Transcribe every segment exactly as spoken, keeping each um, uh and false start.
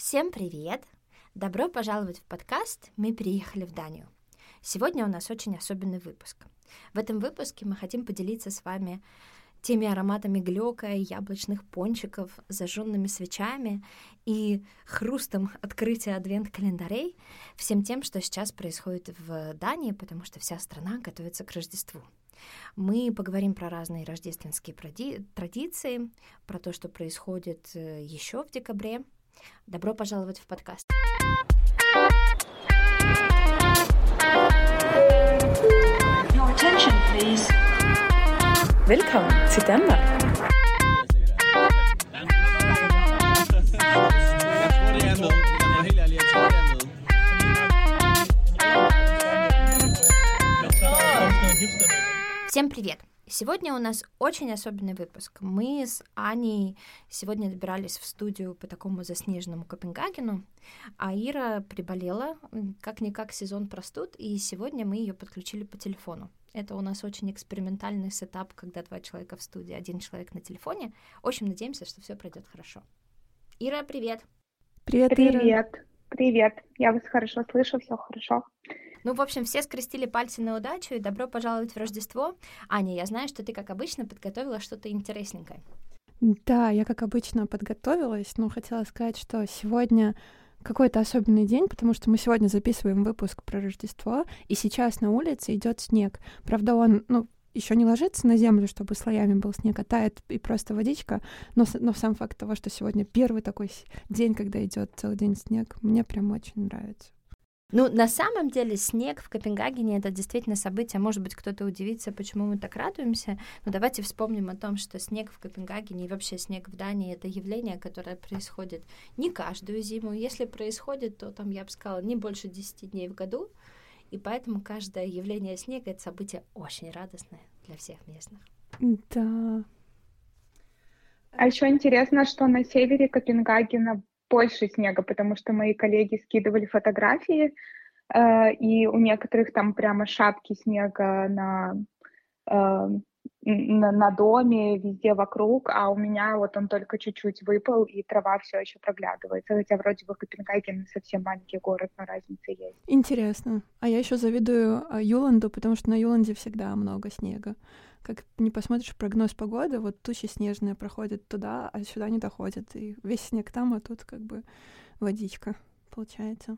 Всем привет! Добро пожаловать в подкаст «Мы переехали в Данию». Сегодня у нас очень особенный выпуск. В этом выпуске мы хотим поделиться с вами теми ароматами глёка и яблочных пончиков, зажженными свечами и хрустом открытия адвент-календарей, всем тем, что сейчас происходит в Дании, потому что вся страна готовится к Рождеству. Мы поговорим про разные рождественские традиции, про то, что происходит еще в декабре. Добро пожаловать в подкаст. Your attention, please. Velkommen til Danmark. Всем привет! Сегодня у нас очень особенный выпуск. Мы с Аней сегодня добирались в студию по такому заснеженному Копенгагену, а Ира приболела, как-никак сезон простуд, и сегодня мы ее подключили по телефону. Это у нас очень экспериментальный сетап, когда два человека в студии, один человек на телефоне. Очень надеемся, что все пройдет хорошо. Ира, привет! Привет, Привет, Ира. привет. Я вас хорошо слышу, все хорошо. Ну, в общем, все скрестили пальцы на удачу, и добро пожаловать в Рождество. Аня, я знаю, что ты, как обычно, подготовила что-то интересненькое. Да, я, как обычно, подготовилась, но хотела сказать, что сегодня какой-то особенный день, потому что мы сегодня записываем выпуск про Рождество, и сейчас на улице идет снег. Правда, он, ну, еще не ложится на землю, чтобы слоями был снег, а тает и просто водичка, но, но сам факт того, что сегодня первый такой день, когда идет целый день снег, мне прям очень нравится. Ну, на самом деле, снег в Копенгагене — это действительно событие. Может быть, кто-то удивится, почему мы так радуемся. Но давайте вспомним о том, что снег в Копенгагене и вообще снег в Дании — это явление, которое происходит не каждую зиму. Если происходит, то там, я бы сказала, не больше десяти дней в году. И поэтому каждое явление снега — это событие очень радостное для всех местных. Да. А еще интересно, что на севере Копенгагена больше снега, потому что мои коллеги скидывали фотографии, э, и у некоторых там прямо шапки снега на, э, на, на доме, везде вокруг, а у меня вот он только чуть-чуть выпал, и трава все еще проглядывается, хотя вроде бы Копенгаген совсем маленький город, но разница есть. Интересно. А я еще завидую Юланду, потому что на Юланде всегда много снега. Как не посмотришь прогноз погоды, вот тучи снежные проходят туда, а сюда не доходят. И весь снег там, а тут как бы водичка получается.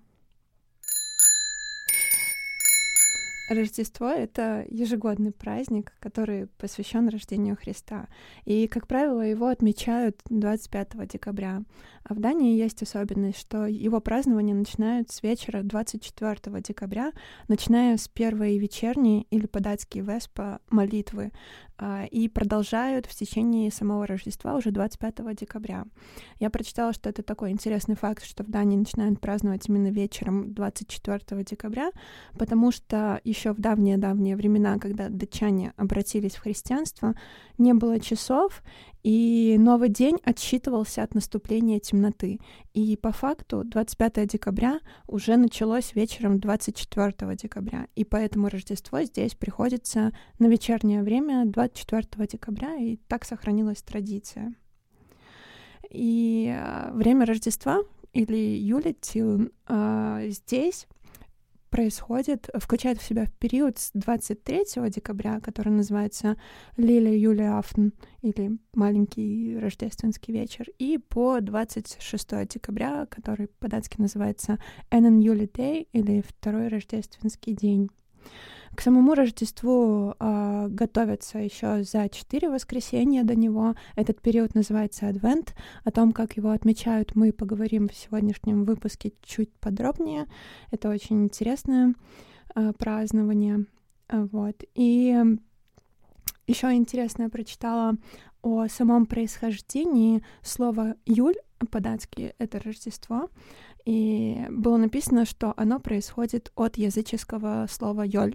Рождество — это ежегодный праздник, который посвящен рождению Христа. И, как правило, его отмечают двадцать пятого декабря. А в Дании есть особенность, что его празднование начинают с вечера двадцать четвёртого декабря, начиная с первой вечерней, или по-датски веспа, молитвы, и продолжают в течение самого Рождества уже двадцать пятого декабря. Я прочитала, что это такой интересный факт, что в Дании начинают праздновать именно вечером двадцать четвёртого декабря, потому что еще в давние-давние времена, когда датчане обратились в христианство, не было часов, и новый день отсчитывался от наступления темноты. И по факту двадцать пятого декабря уже началось вечером двадцать четвёртого декабря, и поэтому Рождество здесь приходится на вечернее время двадцать четвёртого декабря, и так сохранилась традиция. И время Рождества, или юлетилн, здесь происходит, включает в себя период с двадцать третьего декабря, который называется Лиле Юлиафтен, или маленький рождественский вечер, и по двадцать шестого декабря, который по-датски называется Энен Юлидей, или второй рождественский день. К самому Рождеству э, готовятся еще за четыре воскресенья до него. Этот период называется Адвент. О том, как его отмечают, мы поговорим в сегодняшнем выпуске чуть подробнее. Это очень интересное э, празднование. Вот. И еще интересно, я прочитала о самом происхождении слова «юль», по-датски это Рождество, и было написано, что оно происходит от языческого слова «йоль».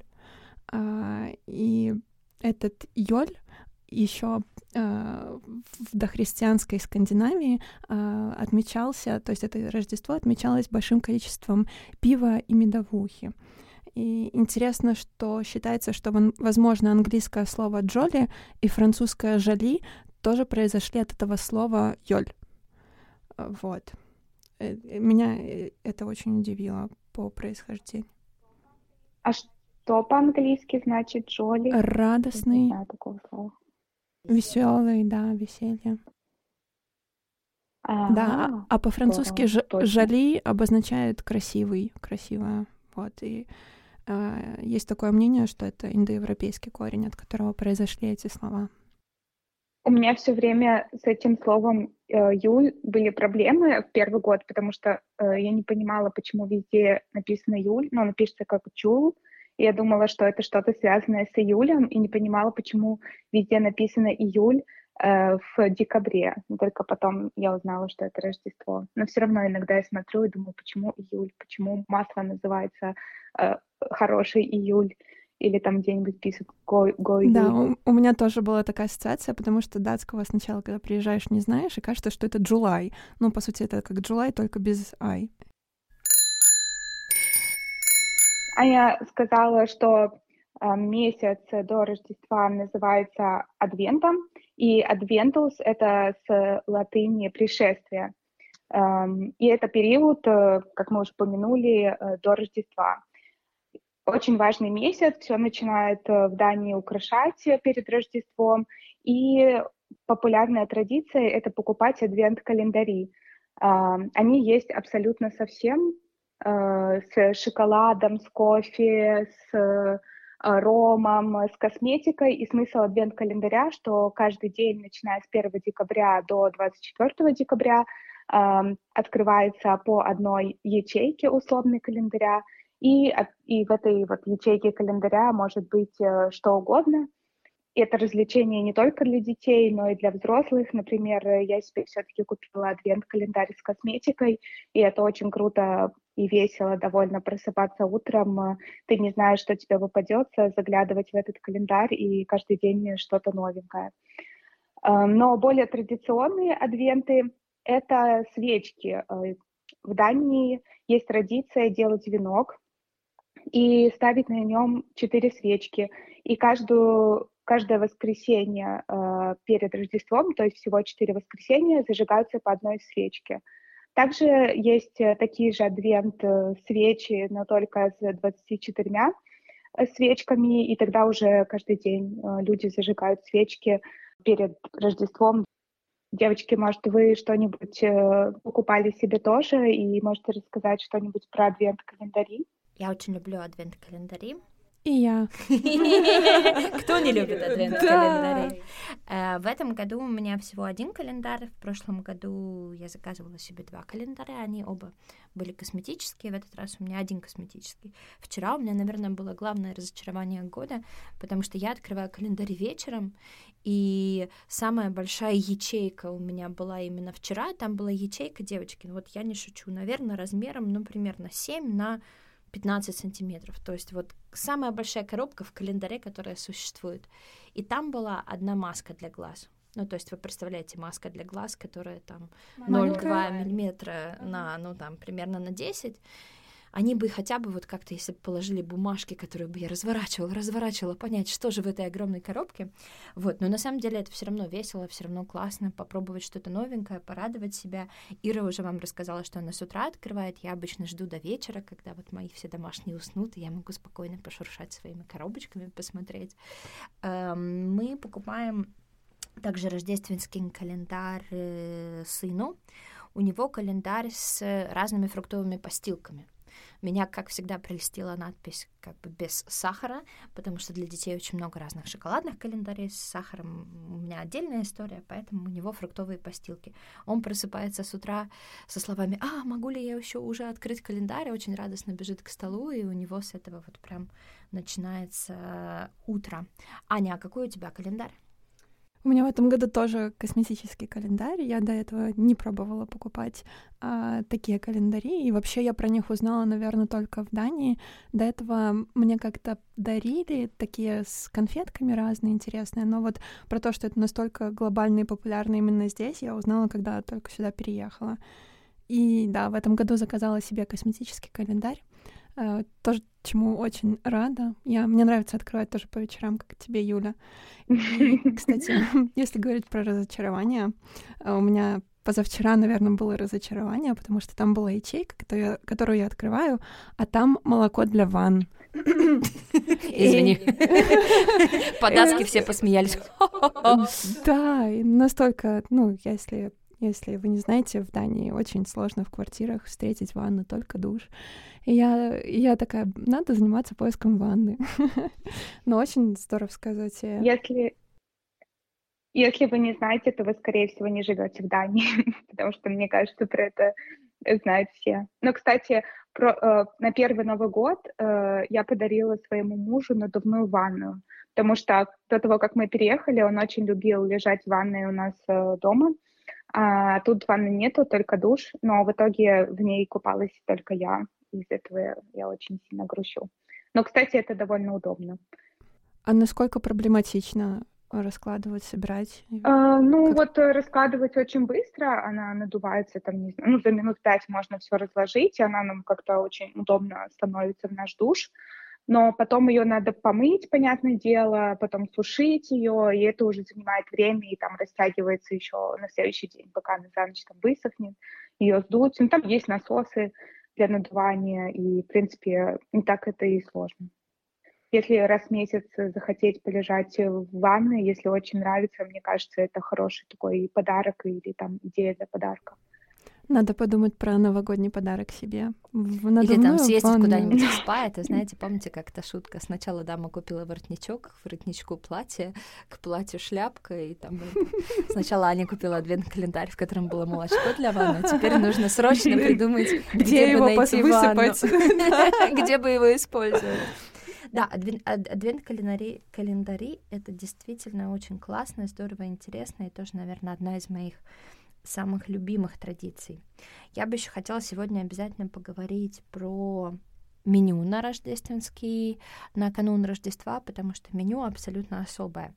И этот «йоль» еще в дохристианской Скандинавии отмечался, то есть это Рождество отмечалось большим количеством пива и медовухи. И интересно, что считается, что, возможно, английское слово «джоли» и французское «жоли» тоже произошли от этого слова «йоль». Вот. Меня это очень удивило по происхождению. А что по-английски значит джоли? Радостный. Не знаю такого слова. Веселый, да, веселье. А, да, а, а по-французски ж, жали обозначает красивый, красивое. Вот, и э, есть такое мнение, что это индоевропейский корень, от которого произошли эти слова. У меня все время с этим словом э, «юль» были проблемы в первый год, потому что э, я не понимала, почему везде написано «юль», но оно пишется как «джул», и я думала, что это что-то связанное с июлем, и не понимала, почему везде написано «июль» э, в декабре. Но только потом я узнала, что это Рождество. Но все равно иногда я смотрю и думаю, почему июль, почему масло называется э, «хороший июль», или там где-нибудь пишут «го, го июль». Да, у, у меня тоже была такая ассоциация, потому что датского сначала, когда приезжаешь, не знаешь, и кажется, что это July. Ну, по сути, это как July, только без «I». Аня сказала, что э, месяц до Рождества называется Адвентом, и Адвентус — это с латыни «пришествие». Эм, и это период, э, как мы уже упомянули, э, до Рождества. Очень важный месяц, все начинает в Дании украшать перед Рождеством, и популярная традиция — это покупать адвент-календари. Они есть абсолютно со всем, с шоколадом, с кофе, с ромом, с косметикой. И смысл адвент-календаря, что каждый день, начиная с первого декабря до двадцать четвёртого декабря, открывается по одной ячейке условный календаря, И, и в этой вот ячейке календаря может быть э, что угодно. И это развлечение не только для детей, но и для взрослых. Например, я себе все-таки купила адвент-календарь с косметикой, и это очень круто и весело довольно просыпаться утром. Ты не знаешь, что тебе попадется, заглядывать в этот календарь, и каждый день что-то новенькое. Но более традиционные адвенты — это свечки. В Дании есть традиция делать венок и ставить на нем четыре свечки. И каждую, каждое воскресенье э, перед Рождеством, то есть всего четыре воскресенья, зажигаются по одной свечке. Также есть такие же адвент-свечи, но только с двадцатью четырьмя свечками, и тогда уже каждый день э, люди зажигают свечки перед Рождеством. Девочки, может, вы что-нибудь э, покупали себе тоже, и можете рассказать что-нибудь про адвент-календари? Я очень люблю адвент-календари. И я. Кто не любит адвент-календари? В этом году у меня всего один календарь. В прошлом году я заказывала себе два календаря. Они оба были косметические. В этот раз у меня один косметический. Вчера у меня, наверное, было главное разочарование года, потому что я открываю календарь вечером, и самая большая ячейка у меня была именно вчера. Там была ячейка, девочки, ну вот я не шучу, наверное, размером, ну, примерно семь на пятнадцать сантиметров. То есть вот самая большая коробка в календаре, которая существует. И там была одна маска для глаз. Ну, то есть вы представляете, маска для глаз, которая там ноль целых два миллиметра на, ну, там, примерно на десять. Они бы хотя бы вот как-то, если бы положили бумажки, которые бы я разворачивала, разворачивала, понять, что же в этой огромной коробке. Вот, но на самом деле это все равно весело, все равно классно попробовать что-то новенькое, порадовать себя. Ира уже вам рассказала, что она с утра открывает. Я обычно жду до вечера, когда вот мои все домашние уснут, и я могу спокойно пошуршать своими коробочками, посмотреть. Мы покупаем также рождественский календарь сыну. У него календарь с разными фруктовыми постилками. Меня, как всегда, прельстила надпись как бы без сахара, потому что для детей очень много разных шоколадных календарей с сахаром. У меня отдельная история, поэтому у него фруктовые постилки. Он просыпается с утра со словами: «А, могу ли я еще уже открыть календарь?» Очень радостно бежит к столу, и у него с этого вот прям начинается утро. Аня, а какой у тебя календарь? У меня в этом году тоже косметический календарь. Я до этого не пробовала покупать а, такие календари. И вообще я про них узнала, наверное, только в Дании. До этого мне как-то дарили такие с конфетками разные, интересные. Но вот про то, что это настолько глобально и популярно именно здесь, я узнала, когда только сюда переехала. И да, в этом году заказала себе косметический календарь. Uh, тоже чему очень рада. Я, мне нравится открывать тоже по вечерам, как тебе, Юля. И, кстати, если говорить про разочарование, у меня позавчера, наверное, было разочарование, потому что там была ячейка, которую, которую я открываю, а там молоко для ванн. Извини. По-датски все посмеялись. Да, и настолько, ну, если... Если вы не знаете, в Дании очень сложно в квартирах встретить ванну, только душ. И я, и я такая, надо заниматься поиском ванны. Но очень здоровская затея. Если, если вы не знаете, то вы, скорее всего, не живете в Дании, потому что, мне кажется, про это знают все. Но, кстати, про, э, на первый Новый год э, я подарила своему мужу надувную ванную, потому что до того, как мы переехали, он очень любил лежать в ванной у нас э, дома. А тут ванны нету, только душ, но в итоге в ней купалась только я. Из этого я, я очень сильно грущу. Но, кстати, это довольно удобно. А насколько проблематично раскладывать, собирать? А, ну, как... вот раскладывать очень быстро, она надувается, там, не знаю, ну, за минут пять можно все разложить, и она нам как-то очень удобно становится в наш душ. Но потом ее надо помыть, понятное дело, потом сушить ее, и это уже занимает время, и там растягивается еще на следующий день, пока она за ночь там высохнет, ее сдуть. Ну, там есть насосы для надувания, и, в принципе, не так это и сложно. Если раз в месяц захотеть полежать в ванной, если очень нравится, мне кажется, это хороший такой подарок или там идея для подарка. Надо подумать про новогодний подарок себе. Или там съездить ванну. Куда-нибудь в спа. Это, знаете, помните, как эта шутка? Сначала дама купила воротничок, к воротничку платье, к платью шляпка, и там... Сначала Аня купила адвент-календарь, в котором было молочко для ванны, а теперь нужно срочно придумать, где его высыпать, где бы его использовать. Да, адвент-календари календари — это действительно очень классно, здорово, интересно, и тоже, наверное, одна из моих самых любимых традиций. Я бы еще хотела сегодня обязательно поговорить про меню на рождественский, на канун Рождества, потому что меню абсолютно особое.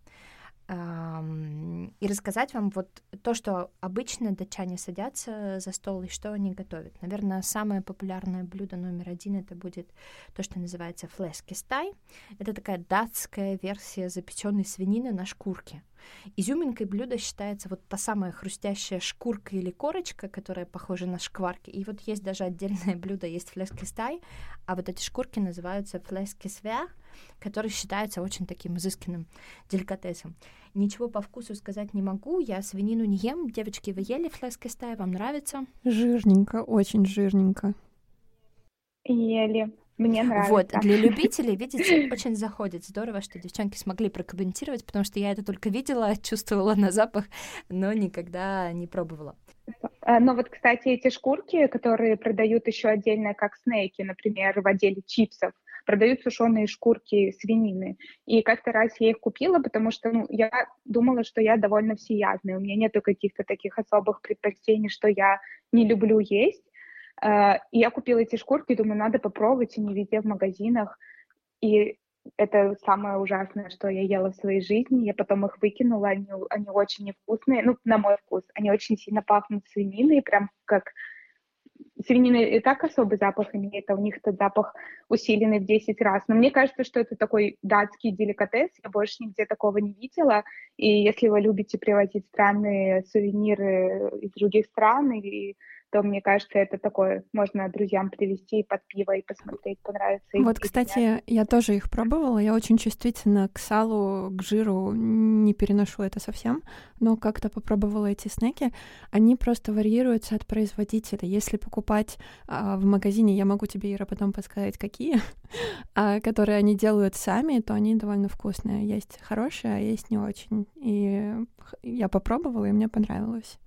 И рассказать вам вот то, что обычно датчане садятся за стол и что они готовят. Наверное, самое популярное блюдо номер один — это будет то, что называется флескестай. Это такая датская версия запеченной свинины на шкурке. Изюминкой блюда считается вот та самая хрустящая шкурка или корочка, которая похожа на шкварки. И вот есть даже отдельное блюдо, есть флескестай, а вот эти шкурки называются флескесвер, который считается очень таким изысканным деликатесом. Ничего по вкусу сказать не могу, я свинину не ем. Девочки, вы ели флескестай, вам нравится? Жирненько, очень жирненько. Ели. Мне нравится. Вот, для любителей, видите, очень заходит. Здорово, что девчонки смогли прокомментировать, потому что я это только видела, чувствовала на запах, но никогда не пробовала. Но вот, кстати, эти шкурки, которые продают еще отдельно как снеки, например, в отделе чипсов, продают сушеные шкурки свинины. И как-то раз я их купила, потому что ну, я думала, что я довольно всеядная. У меня нету каких-то таких особых предпочтений, что я не люблю есть. И я купила эти шкурки, думаю, надо попробовать, они везде в магазинах. И это самое ужасное, что я ела в своей жизни. Я потом их выкинула, они, они очень невкусные, ну, на мой вкус. Они очень сильно пахнут свининой, прям как... Свинина и так особый запах имеет, а у них этот запах усиленный в десять раз. Но мне кажется, что это такой датский деликатес, я больше нигде такого не видела. И если вы любите привозить странные сувениры из других стран, и то, мне кажется, это такое, можно друзьям привезти под пиво и посмотреть, понравится. Вот, кстати, я тоже их пробовала, я очень чувствительна к салу, к жиру, не переношу это совсем, но как-то попробовала эти снеки, они просто варьируются от производителя. Если покупать а, в магазине, я могу тебе, Ира, потом подсказать, какие, а, которые они делают сами, то они довольно вкусные. Есть хорошие, а есть не очень. И я попробовала, и мне понравилось.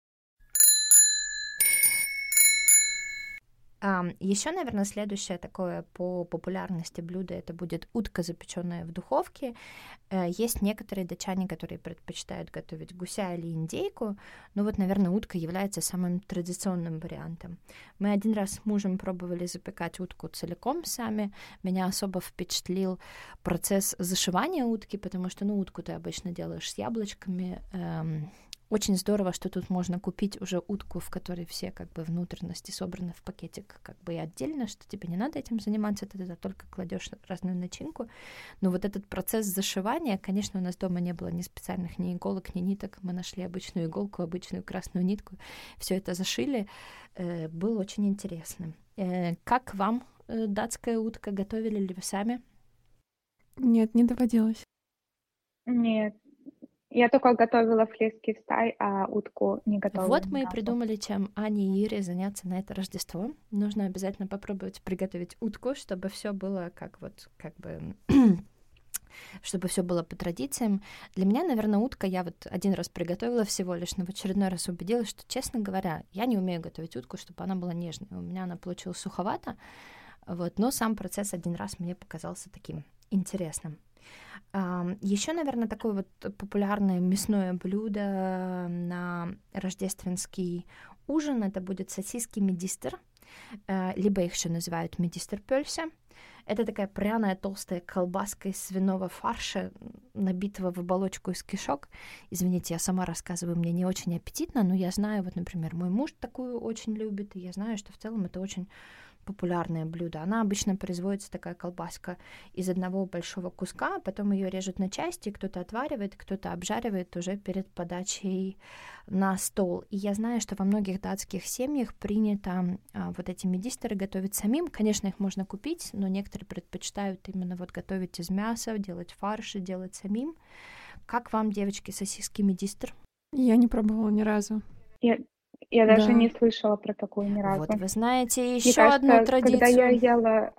Um, еще, наверное, следующее такое по популярности блюдо — это будет утка, запеченная в духовке. Uh, есть некоторые датчане, которые предпочитают готовить гуся или индейку, но вот, наверное, утка является самым традиционным вариантом. Мы один раз с мужем пробовали запекать утку целиком сами. Меня особо впечатлил процесс зашивания утки, потому что, ну, утку ты обычно делаешь с яблочками, эм, Очень здорово, что тут можно купить уже утку, в которой все как бы внутренности собраны в пакетик как бы и отдельно, что тебе не надо этим заниматься, ты туда только кладешь разную начинку. Но вот этот процесс зашивания, конечно, у нас дома не было ни специальных ни иголок, ни ниток. Мы нашли обычную иголку, обычную красную нитку, все это зашили. Э, было очень интересно. Э, как вам э, датская утка? Готовили ли вы сами? Нет, не доводилось. Нет. Я только готовила флески в стай, а утку не готовила. Вот мы и разу. придумали, чем Ане и Ире заняться на это Рождество. Нужно обязательно попробовать приготовить утку, чтобы все было как вот, как бы, чтобы все было по традициям. Для меня, наверное, утка я вот один раз приготовила всего лишь, но в очередной раз убедилась, что, честно говоря, я не умею готовить утку, чтобы она была нежной. У меня она получилась суховата, вот, но сам процесс один раз мне показался таким интересным. Еще, наверное, такое вот популярное мясное блюдо на рождественский ужин — это будет сосиски медистер, либо их еще называют медистерпёльсе. Это такая пряная толстая колбаска из свиного фарша, набитого в оболочку из кишок. Извините, я сама рассказываю, мне не очень аппетитно, но я знаю, вот, например, мой муж такую очень любит, и я знаю, что в целом это очень популярное блюдо. Она обычно производится, такая колбаска, из одного большого куска, потом ее режут на части, кто-то отваривает, кто-то обжаривает уже перед подачей на стол. И я знаю, что во многих датских семьях принято а, вот эти медистеры готовить самим. Конечно, их можно купить, но некоторые предпочитают именно вот готовить из мяса, делать фарш и делать самим. Как вам, девочки, сосиски медистер? Я не пробовала ни разу. Я, я даже Да. не слышала про такую ни разу. Вот вы знаете Мне еще кажется, одну традицию. когда я ела...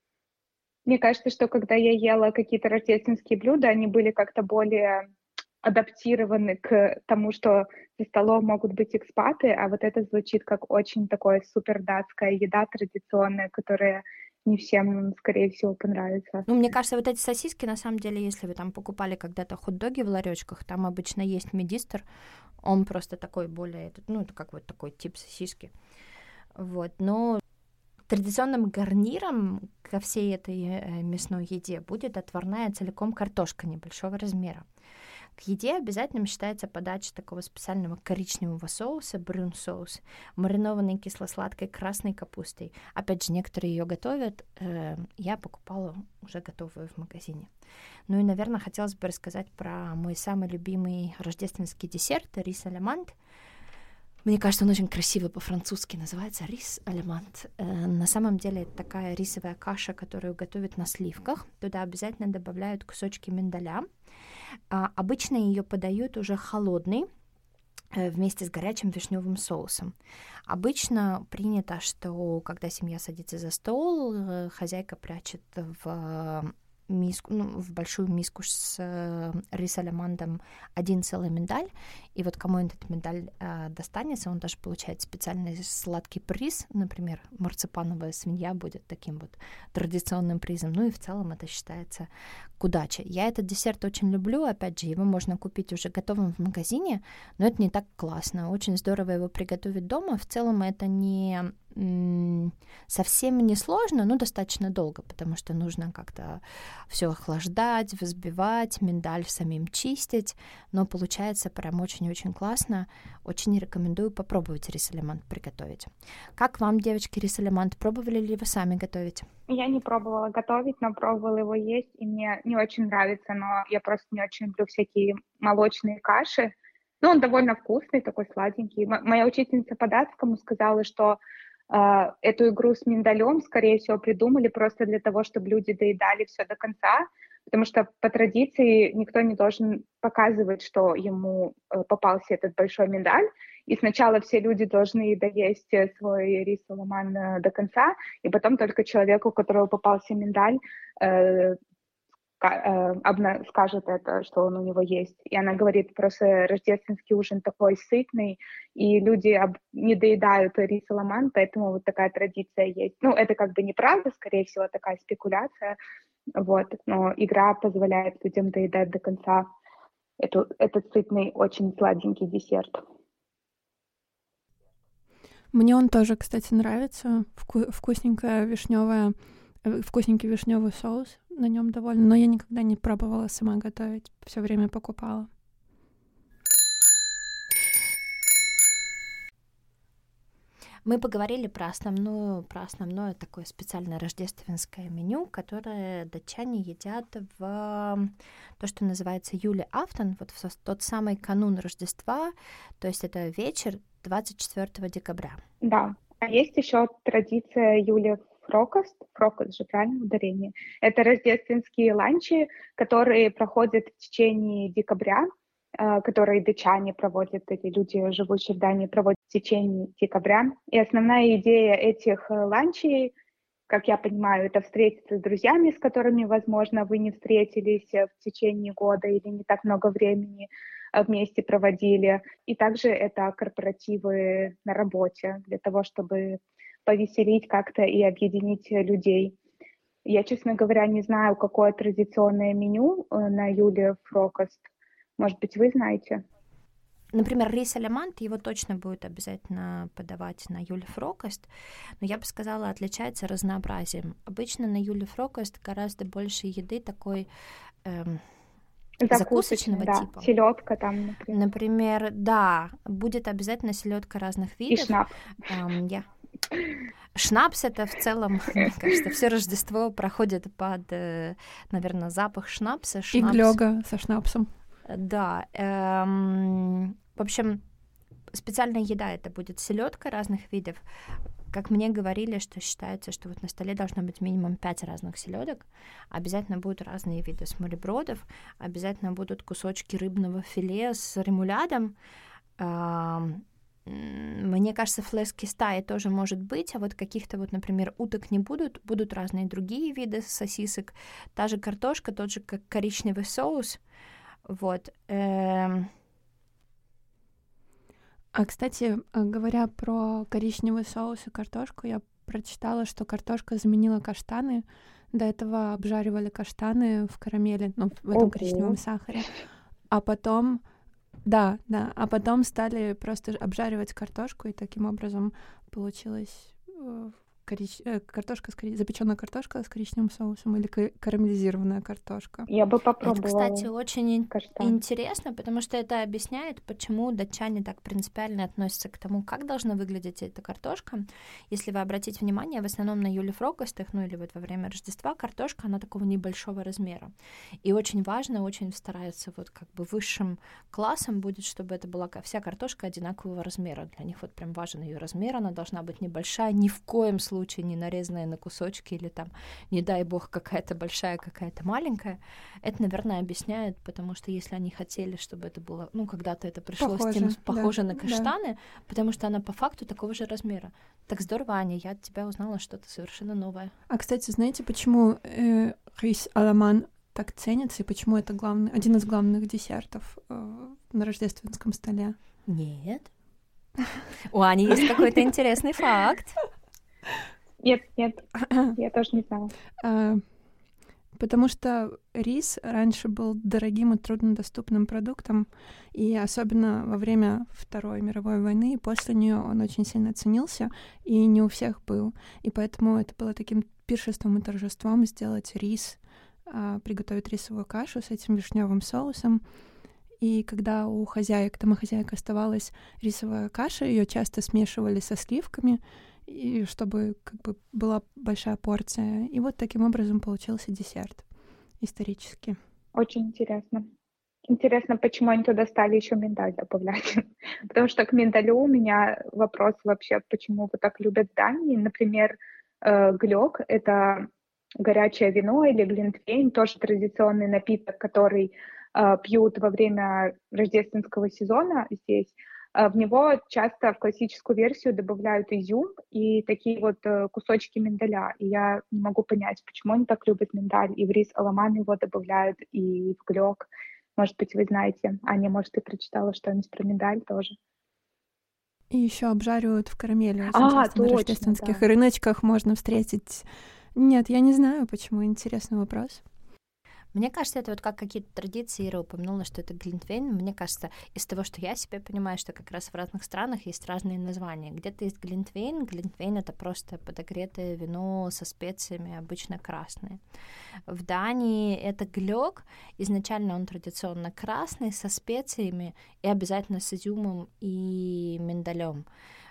Мне кажется, что когда я ела какие-то рождественские блюда, они были как-то более адаптированы к тому, что за столом могут быть экспаты, а вот это звучит как очень такое супер датская еда традиционная, которая не всем, скорее всего, понравится. Ну, мне кажется, вот эти сосиски, на самом деле, если вы там покупали когда-то хот-доги в ларечках, там обычно есть медистер, он просто такой более, ну, это как вот такой тип сосиски. Вот, но традиционным гарниром ко всей этой мясной еде будет отварная целиком картошка небольшого размера. К еде обязательным считается подача такого специального коричневого соуса, брюн-соус, маринованной кисло-сладкой красной капустой. Опять же, некоторые ее готовят, э, я покупала уже готовую в магазине. Ну и, наверное, хотелось бы рассказать про мой самый любимый рождественский десерт — рис алеманд. Мне кажется, он очень красиво по-французски называется рис алеманд. Э, на самом деле это такая рисовая каша, которую готовят на сливках. Туда обязательно добавляют кусочки миндаля. А, обычно ее подают уже холодный, э, вместе с горячим вишневым соусом. Обычно принято, что когда семья садится за стол, э, хозяйка прячет в миску, ну, в большую миску с э, рис алемандом один целый миндаль, и вот кому этот миндаль э, достанется, он даже получает специальный сладкий приз, например, марципановая свинья будет таким вот традиционным призом, ну и в целом это считается к удаче. Я этот десерт очень люблю, опять же, его можно купить уже готовым в магазине, но это не так классно, очень здорово его приготовить дома, в целом это не м- совсем не сложно, но достаточно долго, потому что нужно как-то все охлаждать, взбивать, миндаль самим чистить, но получается прям очень-очень классно. Очень рекомендую попробовать рис алеманд приготовить. Как вам, девочки, рис алеманд? Пробовали ли вы сами готовить? Я не пробовала готовить, но пробовала его есть, и мне не очень нравится, но я просто не очень люблю всякие молочные каши. Ну, он довольно вкусный, такой сладенький. М- моя учительница по датскому сказала, что Uh, эту игру с миндалем, скорее всего, придумали просто для того, чтобы люди доедали все до конца, потому что по традиции никто не должен показывать, что ему uh, попался этот большой миндаль, и сначала все люди должны доесть свой рис алеманд uh, до конца, и потом только человеку, у которого попался миндаль, uh, Обна скажет это, что он у него есть. И она говорит, просто рождественский ужин такой сытный, и люди об... не доедают рис алеманд, поэтому вот такая традиция есть. Ну, это как бы неправда, скорее всего, такая спекуляция, вот, но игра позволяет людям доедать до конца эту, этот сытный, очень сладенький десерт. Мне он тоже, кстати, нравится. Вку- вкусненькая вишневая вкусненький вишневый соус на нем довольно, но я никогда не пробовала сама готовить, все время покупала. Мы поговорили про основную, про основное такое специальное рождественское меню, которое датчане едят в то, что называется Юле-Афтон, вот в тот самый канун Рождества, то есть это вечер двадцать четвёртого декабря. Да, а есть еще традиция Юли Фрокост, Фрокост же правильно ударение. Это рождественские ланчи, которые проходят в течение декабря, которые датчане проводят, эти люди, живущие в Дании, проводят в течение декабря. И основная идея этих ланчей, как я понимаю, это встретиться с друзьями, с которыми, возможно, вы не встретились в течение года или не так много времени вместе проводили. И также это корпоративы на работе для того, чтобы повеселить как-то и объединить людей. Я, честно говоря, не знаю, какое традиционное меню на Юле Фрокост. Может быть, вы знаете? Например, рис алямант, его точно будет обязательно подавать на Юле Фрокост, но я бы сказала, отличается разнообразием. Обычно на Юле Фрокост гораздо больше еды такой эм, закусочного да. типа. Селедка там, например. Например, да, будет обязательно селедка разных видов. И шнапс. Эм, я... Шнапс — это в целом, мне кажется, все Рождество проходит под, наверное, запах шнапса. Шнапс. И глёга со шнапсом. Да. Эм, в общем, специальная еда это будет селедка разных видов. Как мне говорили, что считается, что вот на столе должно быть минимум пять разных селедок. Обязательно будут разные виды смолебродов, обязательно будут кусочки рыбного филе с ремулядом. Эм, мне кажется, флески стаи тоже может быть, а вот каких-то вот, например, уток не будут, будут разные другие виды сосисок. Та же картошка, тот же как коричневый соус. Вот. Эм... А, кстати, говоря про коричневый соус и картошку, я прочитала, что картошка заменила каштаны. До этого обжаривали каштаны в карамели, ну, в этом Ого. коричневом сахаре. А потом, да, да, а потом стали просто обжаривать картошку, и таким образом получилась э, корич... э, картошка, с кори... запеченная картошка с коричневым соусом или ка- карамелизированная картошка. Я бы попробовала. Это, кстати, очень каштан. интересно, потому что это объясняет, почему датчане так принципиально относятся к тому, как должна выглядеть эта картошка. Если вы обратите внимание, в основном на Юле Фрокостах, ну или вот во время Рождества, картошка, она такого небольшого размера. И очень важно, очень стараются вот как бы высшим классом будет, чтобы это была вся картошка одинакового размера. Для них вот прям важен ее размер, она должна быть небольшая, ни в коем случае не нарезанная на кусочки или там, не дай бог, какая-то большая, какая-то маленькая. Это, наверное, объясняет, потому что если они хотели, чтобы это было, ну, когда-то это пришло похоже, с тем, похоже да, на каштаны, да. потому что она по факту такого же размера. Так здорово, Аня, я от тебя узнала что-то совершенно новое. А, кстати, знаете, почему э, рис аламан так ценится и почему это главный, один из главных десертов э, на рождественском столе? Нет. У Ани есть какой-то интересный факт. Нет, нет, я тоже не знала. А, потому что рис раньше был дорогим и труднодоступным продуктом, и особенно во время Второй мировой войны и после нее он очень сильно ценился, и не у всех был. И поэтому это было таким пиршеством и торжеством сделать рис, а, приготовить рисовую кашу с этим вишневым соусом. И когда у хозяек, домохозяек оставалась рисовая каша, ее часто смешивали со сливками, и чтобы как бы была большая порция. И вот таким образом получился десерт исторически. Очень интересно. Интересно, почему они туда стали еще миндаль добавлять. Потому что к миндалю у меня вопрос вообще, почему вы так любят Дании. Например, глёк — это горячее вино или глинтвейн, тоже традиционный напиток, который пьют во время рождественского сезона здесь. В него часто в классическую версию добавляют изюм и такие вот кусочки миндаля. И я не могу понять, почему они так любят миндаль. И в рис аламан его добавляют, и в глёк. Может быть, вы знаете. Аня, может, ты прочитала что-нибудь про миндаль тоже? И еще обжаривают в карамели. Очень А, часто на точно, рождественских да. рыночках можно встретить. Нет, я не знаю, почему. Интересный вопрос. Мне кажется, это вот как какие-то традиции. Ира упомянула, что это глинтвейн. Мне кажется, из того, что я себе понимаю, что как раз в разных странах есть разные названия. Где-то есть глинтвейн. Глинтвейн — это просто подогретое вино со специями, обычно красное. В Дании это глёк. Изначально он традиционно красный, со специями и обязательно с изюмом и миндалем.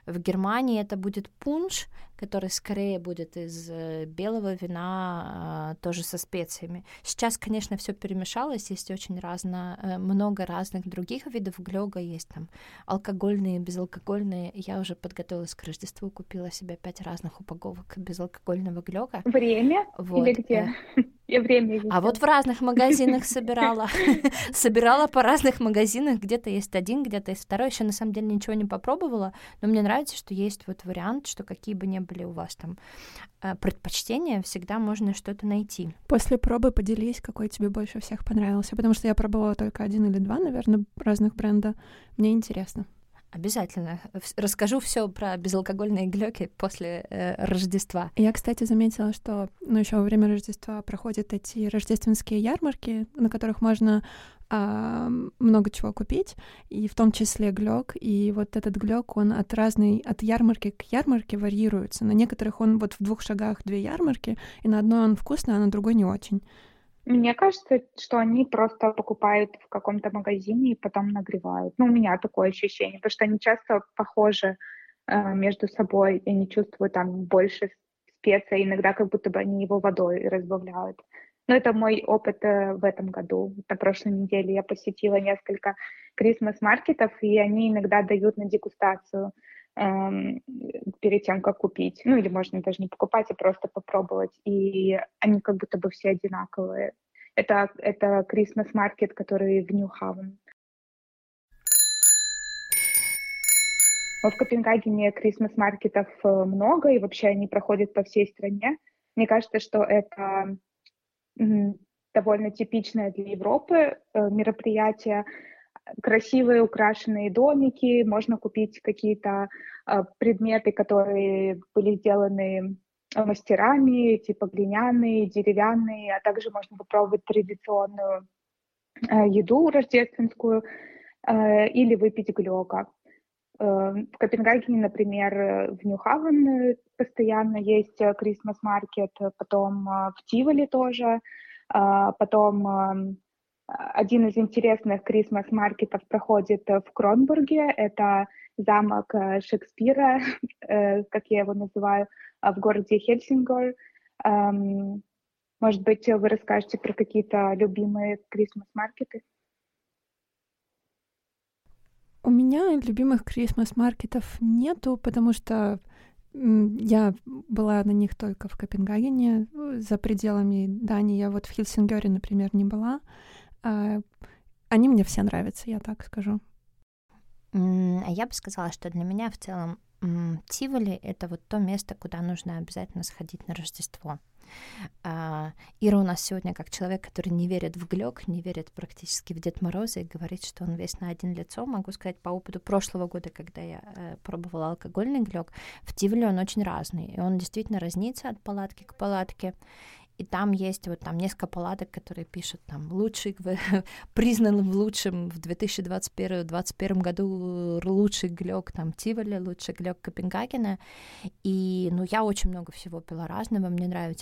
В Германии это будет пунш, который скорее будет из белого вина, тоже со специями. Сейчас, конечно, все перемешалось, есть очень разно, много разных других видов глёга, есть там алкогольные, безалкогольные. Я уже подготовилась к Рождеству, купила себе пять разных упаковок безалкогольного глёга. Время? Вот. Или где? Я время видела. А вот в разных магазинах собирала. Собирала по разных магазинах. Где-то есть один, где-то есть второй. Еще на самом деле ничего не попробовала, но мне нравится, что есть вот вариант, что какие бы ни были у вас там предпочтения, всегда можно что-то найти. После пробы поделись, какой тебе больше всех понравился, потому что я пробовала только один или два, наверное, разных бренда. Мне интересно. Обязательно. Расскажу все про безалкогольные глёки после э, Рождества. Я, кстати, заметила, что ну, еще во время Рождества проходят эти рождественские ярмарки, на которых можно а, много чего купить, и в том числе глёк. И вот этот глёк, он от разной, от ярмарки к ярмарке варьируется. На некоторых он вот в двух шагах две ярмарки, и на одной он вкусный, а на другой не очень. Мне кажется, что они просто покупают в каком-то магазине и потом нагревают. Ну, у меня такое ощущение, потому что они часто похожи э, между собой. Я не чувствую там больше специй, иногда как будто бы они его водой разбавляют. Но это мой опыт э, в этом году. На прошлой неделе я посетила несколько крисмас-маркетов, и они иногда дают на дегустацию эм, перед тем, как купить. Ну, или можно даже не покупать, а просто попробовать. И они как будто бы все одинаковые. Это, это крисмас-маркет, который в Нью-Хавен. В Копенгагене крисмас-маркетов много, и вообще они проходят по всей стране. Мне кажется, что это м, довольно типичное для Европы э, мероприятие. Красивые украшенные домики, можно купить какие-то э, предметы, которые были сделаны мастерами, типа глиняные, деревянные, а также можно попробовать традиционную э, еду рождественскую э, или выпить глёка. Э, в Копенгагене, например, в Нью-Хавен постоянно есть крисмас-маркет, потом э, в Тиволи тоже, э, потом э, один из интересных крисмас-маркетов проходит в Кронбурге, это замок Шекспира, э, как я его называю, в городе Хельсингор. Эм, может быть, вы расскажете про какие-то любимые крисмас-маркеты? У меня любимых крисмас-маркетов нету, потому что я была на них только в Копенгагене, за пределами Дании. Я вот в Хельсингёре, например, не была. Они мне все нравятся, я так скажу. Я бы сказала, что для меня в целом Тиволи — это вот то место, куда нужно обязательно сходить на Рождество. Ира у нас сегодня как человек, который не верит в глёк, не верит практически в Дед Мороза и говорит, что он весь на один лицо. Могу сказать по опыту прошлого года, когда я пробовала алкогольный глёк, в Тиволи он очень разный, и он действительно разнится от палатки к палатке. И там есть вот там несколько палаток, которые пишут там лучший, признан в лучшем в две тысячи двадцать первом году лучший глёк там Тиволи, лучший глёк Копенгагена. И ну я очень много всего пила разного, мне нравится.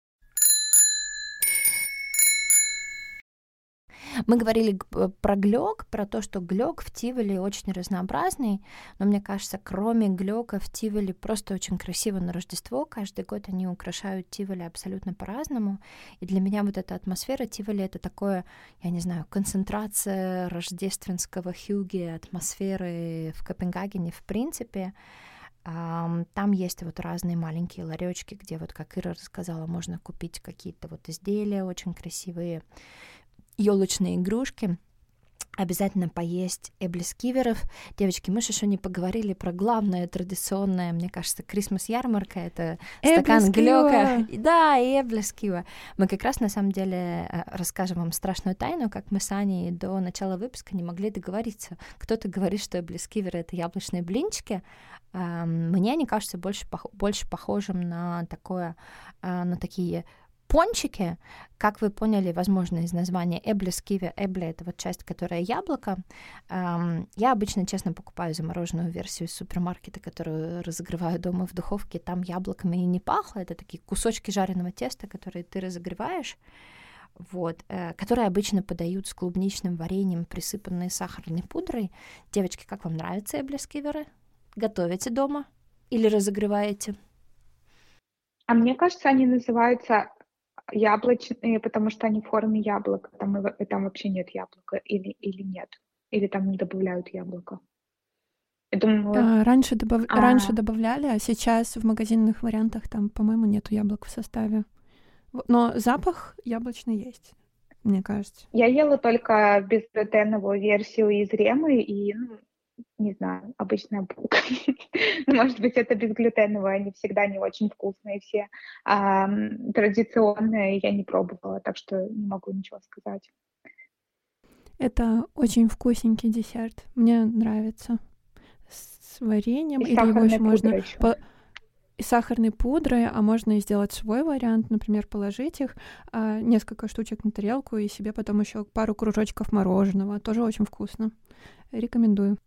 Мы говорили про глёк, про то, что глёк в Тиволи очень разнообразный, но мне кажется, кроме глёка в Тиволи просто очень красиво на Рождество. Каждый год они украшают Тиволи абсолютно по-разному. И для меня вот эта атмосфера Тиволи — это такое, я не знаю, концентрация рождественского хюги, атмосферы в Копенгагене в принципе. Там есть вот разные маленькие ларёчки, где вот, как Ира рассказала, можно купить какие-то вот изделия очень красивые, ёлочные игрушки, обязательно поесть эблескиверов. Девочки, мы же еще не поговорили про главное традиционное, мне кажется, крисмас-ярмарка, это стакан глёка. Да, и эблескива. Мы как раз, на самом деле, расскажем вам страшную тайну, как мы с Аней до начала выпуска не могли договориться. Кто-то говорит, что эблескиверы — это яблочные блинчики. Мне они кажутся больше, больше похожим на такое, на такие пончики, как вы поняли, возможно, из названия эблескиве. Эбле — это вот часть, которая яблоко. Я обычно, честно, покупаю замороженную версию из супермаркета, которую разогреваю дома в духовке. Там яблоками и не пахло. Это такие кусочки жареного теста, которые ты разогреваешь, вот, которые обычно подают с клубничным вареньем, присыпанные сахарной пудрой. Девочки, как вам нравятся эблескиверы? готовите дома или разогреваете? А мне кажется, они называются яблочные, потому что они в форме яблока. Там, и, там вообще нет яблока или, или нет. Или там не добавляют яблоко. Я думаю... А, раньше, добав... а... раньше добавляли, а сейчас в магазинных вариантах там, по-моему, нету яблок в составе. Но запах яблочный есть, мне кажется. Я ела только безглютеновую версию из Ремы, и, ну, не знаю, обычная булка. Может быть, это безглютеновые, они всегда не очень вкусные все. А традиционные я не пробовала, так что не могу ничего сказать. Это очень вкусненький десерт. Мне нравится. С вареньем. И или его еще можно... еще. По... И сахарной пудрой, а можно и сделать свой вариант, например, положить их а, несколько штучек на тарелку и себе потом еще пару кружочков мороженого. Тоже очень вкусно. Рекомендую.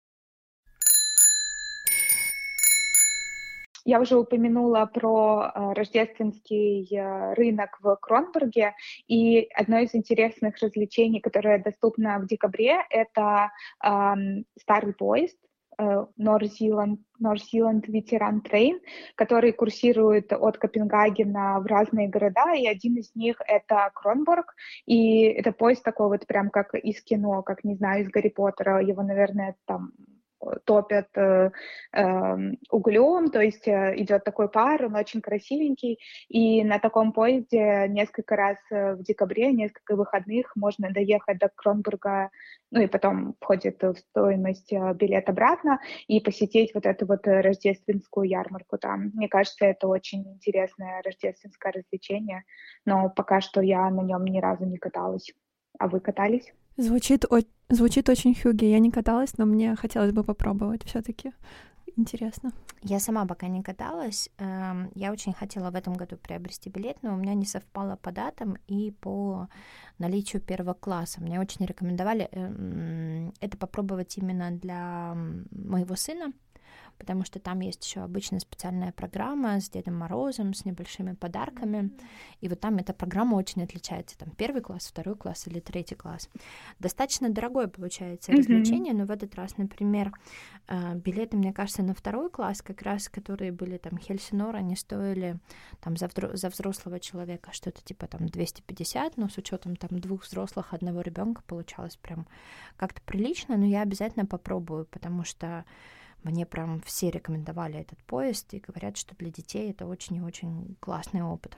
Я уже упомянула про э, рождественский э, рынок в Кронбурге, и одно из интересных развлечений, которое доступно в декабре, это э, старый поезд, North Zealand, North Zealand Veteran Train, который курсирует от Копенгагена в разные города, и один из них — это Кронбург, и это поезд такой вот прям как из кино, как, не знаю, из Гарри Поттера, его, наверное, там топят э, э, углем, то есть э, идет такой пар, он очень красивенький, и на таком поезде несколько раз в декабре, несколько выходных можно доехать до Кронбурга, ну и потом входит в стоимость билет обратно, и посетить вот эту вот рождественскую ярмарку там. Мне кажется, это очень интересное рождественское развлечение, но пока что я на нем ни разу не каталась. А вы катались? Звучит, о... Звучит очень хюги. Я не каталась, но мне хотелось бы попробовать все-таки. Интересно. Я сама пока не каталась. Я очень хотела в этом году приобрести билет, но у меня не совпало по датам и по наличию первого класса. Мне очень рекомендовали это попробовать именно для моего сына, потому что там есть еще обычная специальная программа с Дедом Морозом, с небольшими подарками. И вот там эта программа очень отличается. Там первый класс, второй класс или третий класс. Достаточно дорогое получается развлечение, mm-hmm. но в этот раз, например, билеты, мне кажется, на второй класс, как раз, которые были там Хельсинор, они стоили там за, взро- за взрослого человека что-то типа там двести пятьдесят, но с учетом там двух взрослых, одного ребенка получалось прям как-то прилично, но я обязательно попробую, потому что мне прям все рекомендовали этот поезд и говорят, что для детей это очень и очень классный опыт.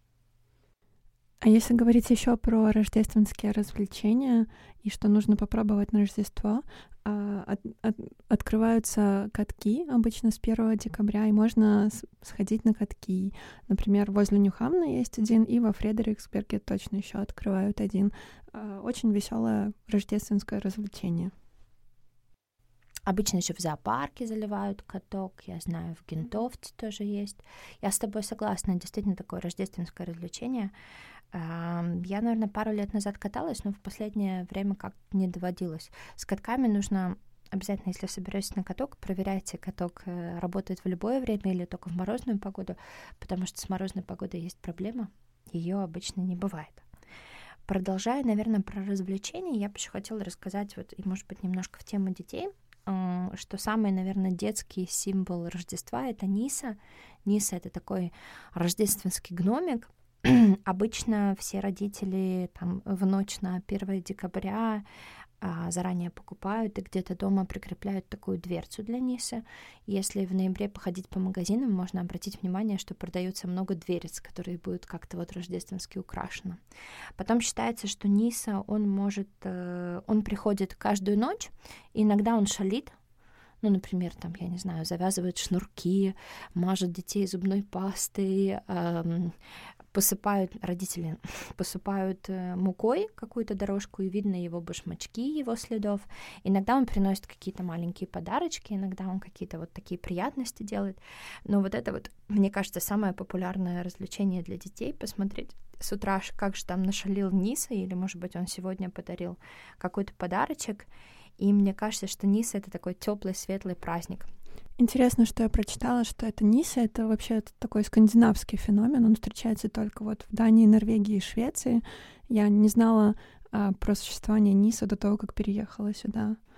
А если говорить еще про рождественские развлечения и что нужно попробовать на Рождество, от, от, открываются катки обычно с первого декабря, и можно сходить на катки. Например, возле Ньюхамна есть один, и во Фредериксберге точно еще открывают один. Очень веселое рождественское развлечение. Обычно еще в зоопарке заливают каток, я знаю, в Гентовце тоже есть. Я с тобой согласна, действительно такое рождественское развлечение. Я, наверное, пару лет назад каталась, но в последнее время как-то не доводилось. С катками нужно обязательно, если соберетесь на каток, проверяйте, каток работает в любое время или только в морозную погоду, потому что с морозной погодой есть проблема, ее обычно не бывает. Продолжая, наверное, про развлечения, я бы еще хотела рассказать, вот, и, может быть, немножко в тему детей, что самый, наверное, детский символ Рождества — это Ниса. Ниса — это такой рождественский гномик. Обычно все родители там в ночь на первое декабря а, заранее покупают и где-то дома прикрепляют такую дверцу для Нисы. Если в ноябре походить по магазинам, можно обратить внимание, что продается много дверец, которые будут как-то вот рождественски украшены. Потом считается, что Ниса, он может, он приходит каждую ночь, и иногда он шалит. Ну, например, там, я не знаю, завязывает шнурки, мажет детей зубной пастой, эм, посыпают, родители посыпают э, мукой какую-то дорожку, и видно его башмачки, его следов. Иногда он приносит какие-то маленькие подарочки, иногда он какие-то вот такие приятности делает. Но вот это вот, мне кажется, самое популярное развлечение для детей — посмотреть с утра, как же там нашалил Ниса, или, может быть, он сегодня подарил какой-то подарочек. И мне кажется, что Ниса — это такой теплый, светлый праздник. Интересно, что я прочитала, что это Ниса — это вообще такой скандинавский феномен. Он встречается только вот в Дании, Норвегии и Швеции. Я не знала а, про существование Ниса до того, как переехала сюда.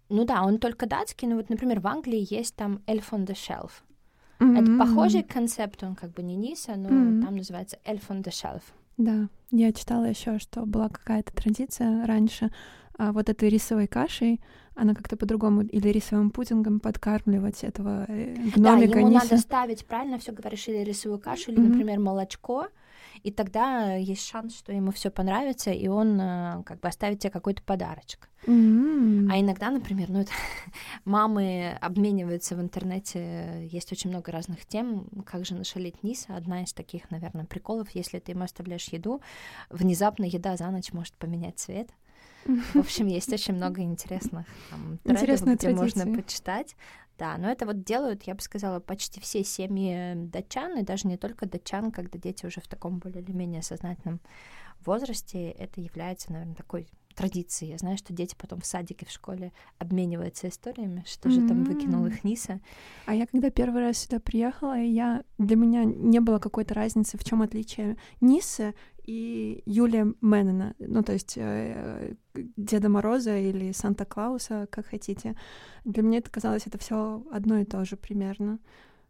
Ну да, он только датский, но вот, например, в Англии есть там Elf on the Shelf. Mm-hmm. Это похожий концепт, он как бы не Ниса, но mm-hmm. там называется Elf on the Shelf. Да, я читала еще, что была какая-то традиция раньше, а вот этой рисовой кашей, она как-то по-другому, или рисовым пудингом подкармливать этого гномика. Да, ему Ниса. надо ставить, правильно все говоришь, или рисовую кашу, или, mm-hmm. например, молочко, и тогда есть шанс, что ему все понравится, и он как бы оставит тебе какой-то подарочек. Mm-hmm. А иногда, например, ну это мамы обмениваются в интернете, есть очень много разных тем, как же нашалить Ниса. Одна из таких, наверное, приколов, если ты ему оставляешь еду, внезапно еда за ночь может поменять цвет. В общем, есть очень много интересных там, трендов, где традиции. Можно почитать. Да, но это вот делают, я бы сказала, почти все семьи датчан, и даже не только датчан, когда дети уже в таком более или менее сознательном возрасте, это является, наверное, такой традицией. Я знаю, что дети потом в садике, в школе обмениваются историями, что же там выкинул их Ниса. А я когда первый раз сюда приехала, я для меня не было какой-то разницы, в чем отличие Нисы и Юлия Меннена, ну то есть э, Деда Мороза или Санта-Клауса, как хотите. Для меня это казалось, это все одно и то же примерно.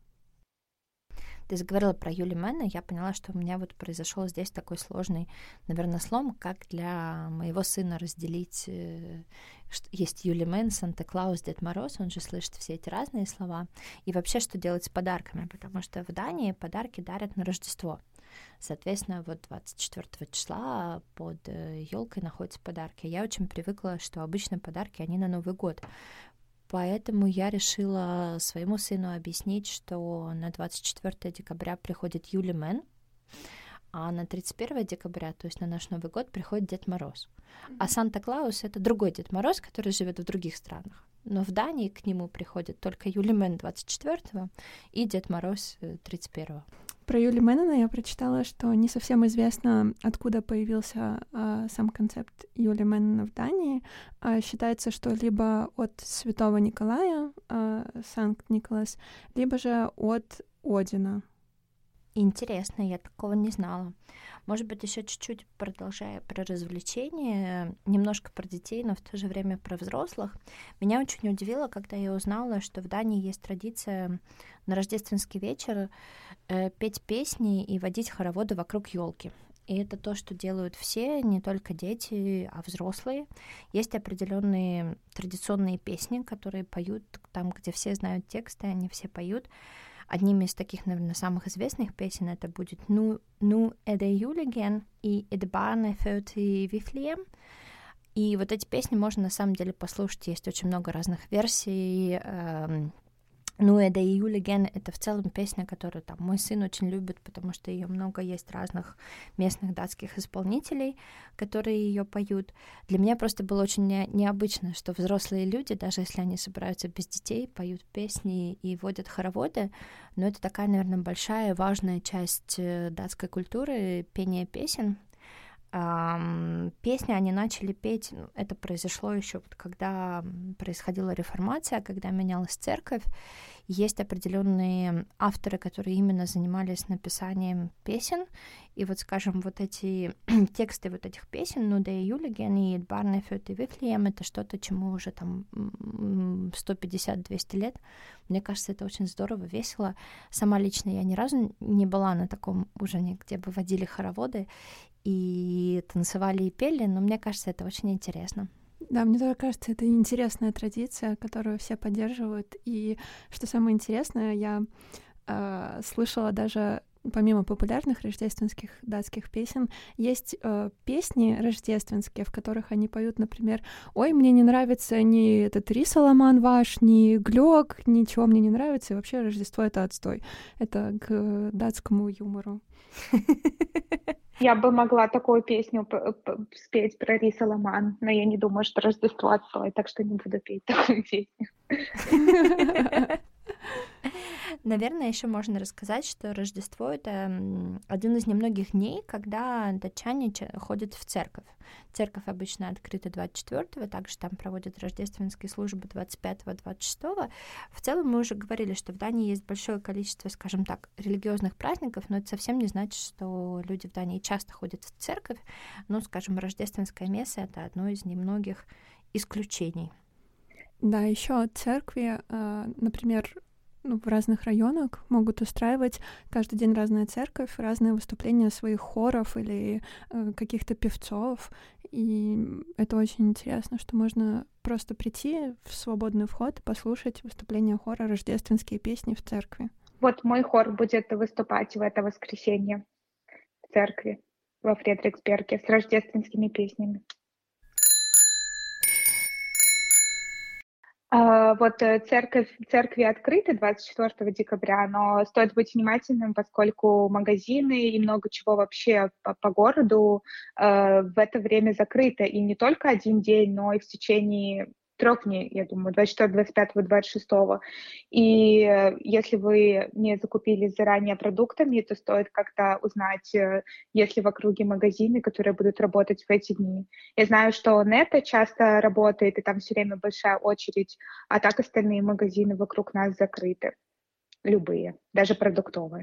Ты заговорила про Юли Менна, я поняла, что у меня вот произошел здесь такой сложный, наверное, слом, как для моего сына разделить, э, что есть Юли Мен, Санта-Клаус, Дед Мороз, он же слышит все эти разные слова, и вообще, что делать с подарками, потому что в Дании подарки дарят на Рождество. Соответственно, вот двадцать четвёртого числа под елкой находятся подарки. Я очень привыкла, что обычно подарки, они на Новый год. Поэтому я решила своему сыну объяснить, что на двадцать четвёртого декабря приходит Юли Мен, а на тридцать первого декабря, то есть на наш Новый год, приходит Дед Мороз. А Санта-Клаус — это другой Дед Мороз, который живет в других странах. Но в Дании к нему приходит только Юли Мен двадцать четвёртого и Дед Мороз тридцать первого. Про Юли Меннена я прочитала, что не совсем известно, откуда появился э, сам концепт Юли Меннена в Дании. Э, считается, что либо от Святого Николая, э, Санкт-Николас, либо же от Одина. Интересно, я такого не знала. Может быть, еще чуть-чуть продолжая про развлечения, немножко про детей, но в то же время про взрослых. Меня очень удивило, когда я узнала, что в Дании есть традиция на рождественский вечер э, петь песни и водить хороводы вокруг елки. И это то, что делают все, не только дети, а взрослые. Есть определенные традиционные песни, которые поют там, где все знают тексты, они все поют. Одним из таких, наверное, самых известных песен это будет «Ну, ну är det jul igen» и «Ett barn är fött i Vifliem». И вот эти песни можно на самом деле послушать. Есть очень много разных версий. «Ну är det jul igen» — это в целом песня, которую там мой сын очень любит, потому что ее много есть разных местных датских исполнителей, которые ее поют. Для меня просто было очень не- необычно, что взрослые люди, даже если они собираются без детей, поют песни и водят хороводы. Но это такая, наверное, большая важная часть датской культуры — пение песен. Um, песни они начали петь, это произошло еще, когда происходила реформация, когда менялась церковь. Есть определенные авторы, которые именно занимались написанием песен. И вот, скажем, вот эти тексты вот этих песен, «Ну да и Юлиген» и «Ett barn är fött i Vifliem» — это что-то, чему уже там сто пятьдесят - двести лет. Мне кажется, это очень здорово, весело. Сама лично я ни разу не была на таком ужине, где бы водили хороводы и танцевали и пели, но мне кажется, это очень интересно. Да, мне тоже кажется, это интересная традиция, которую все поддерживают. И что самое интересное, я э, слышала даже, помимо популярных рождественских датских песен, есть э, песни рождественские, в которых они поют, например, «Ой, мне не нравится ни этот рисаламан ваш, ни глёк, ничего мне не нравится, и вообще Рождество — это отстой». Это к датскому юмору. Я бы могла такую песню спеть про рисаламан, но я не думаю, что Рождество отстой, так что не буду петь такую песню. Наверное, еще можно рассказать, что Рождество — это один из немногих дней, когда датчане ходят в церковь. Церковь обычно открыта двадцать четвёртого, также там проводят рождественские службы двадцать пятого - двадцать шестого. В целом мы уже говорили, что в Дании есть большое количество, скажем так, религиозных праздников, но это совсем не значит, что люди в Дании часто ходят в церковь. Ну, скажем, рождественская месса — это одно из немногих исключений. Да, еще церкви, например, ну, в разных районах могут устраивать каждый день разная церковь, разные выступления своих хоров или э, каких-то певцов. И это очень интересно, что можно просто прийти в свободный вход и послушать выступление хора «Рождественские песни» в церкви. Вот мой хор будет выступать в это воскресенье в церкви во Фредериксберге с рождественскими песнями. А, вот э, церковь, церкви открыты двадцать четвёртого декабря, но стоит быть внимательным, поскольку магазины и много чего вообще по, по городу э, в это время закрыто. И не только один день, но и в течение трех дней, я думаю, двадцать четвёртого, двадцать пятого, двадцать шестого. И э, если вы не закупились заранее продуктами, то стоит как-то узнать, э, есть ли в округе магазины, которые будут работать в эти дни. Я знаю, что Нетто часто работает, и там все время большая очередь, а так остальные магазины вокруг нас закрыты. Любые, даже продуктовые.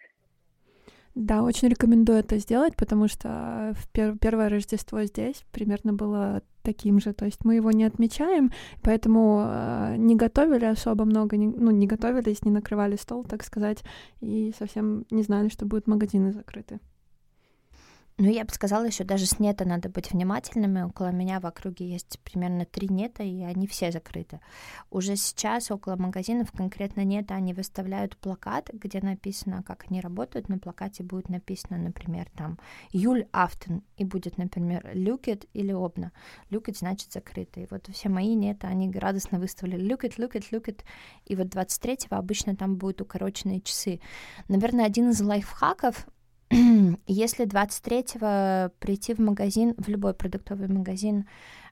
Да, очень рекомендую это сделать, потому что в пер- первое Рождество здесь примерно было таким же. То есть мы его не отмечаем, поэтому э, не готовили особо много, не, ну, не готовились, не накрывали стол, так сказать, и совсем не знали, что будут магазины закрыты. Ну, я бы сказала, еще даже с Нетто надо быть внимательными. Около меня в округе есть примерно три Нетто, и они все закрыты. Уже сейчас около магазинов, конкретно Нетто, они выставляют плакат, где написано, как они работают. На плакате будет написано, например, там «Юль Афтен», и будет, например, «Люкет» или «Обна». «Люкет» значит закрытый. И вот все мои Нетто, они радостно выставили «Люкет», «Люкет», «Люкет». И вот двадцать третьего обычно там будут укороченные часы. Наверное, один из лайфхаков — если двадцать третьего прийти в магазин, в любой продуктовый магазин,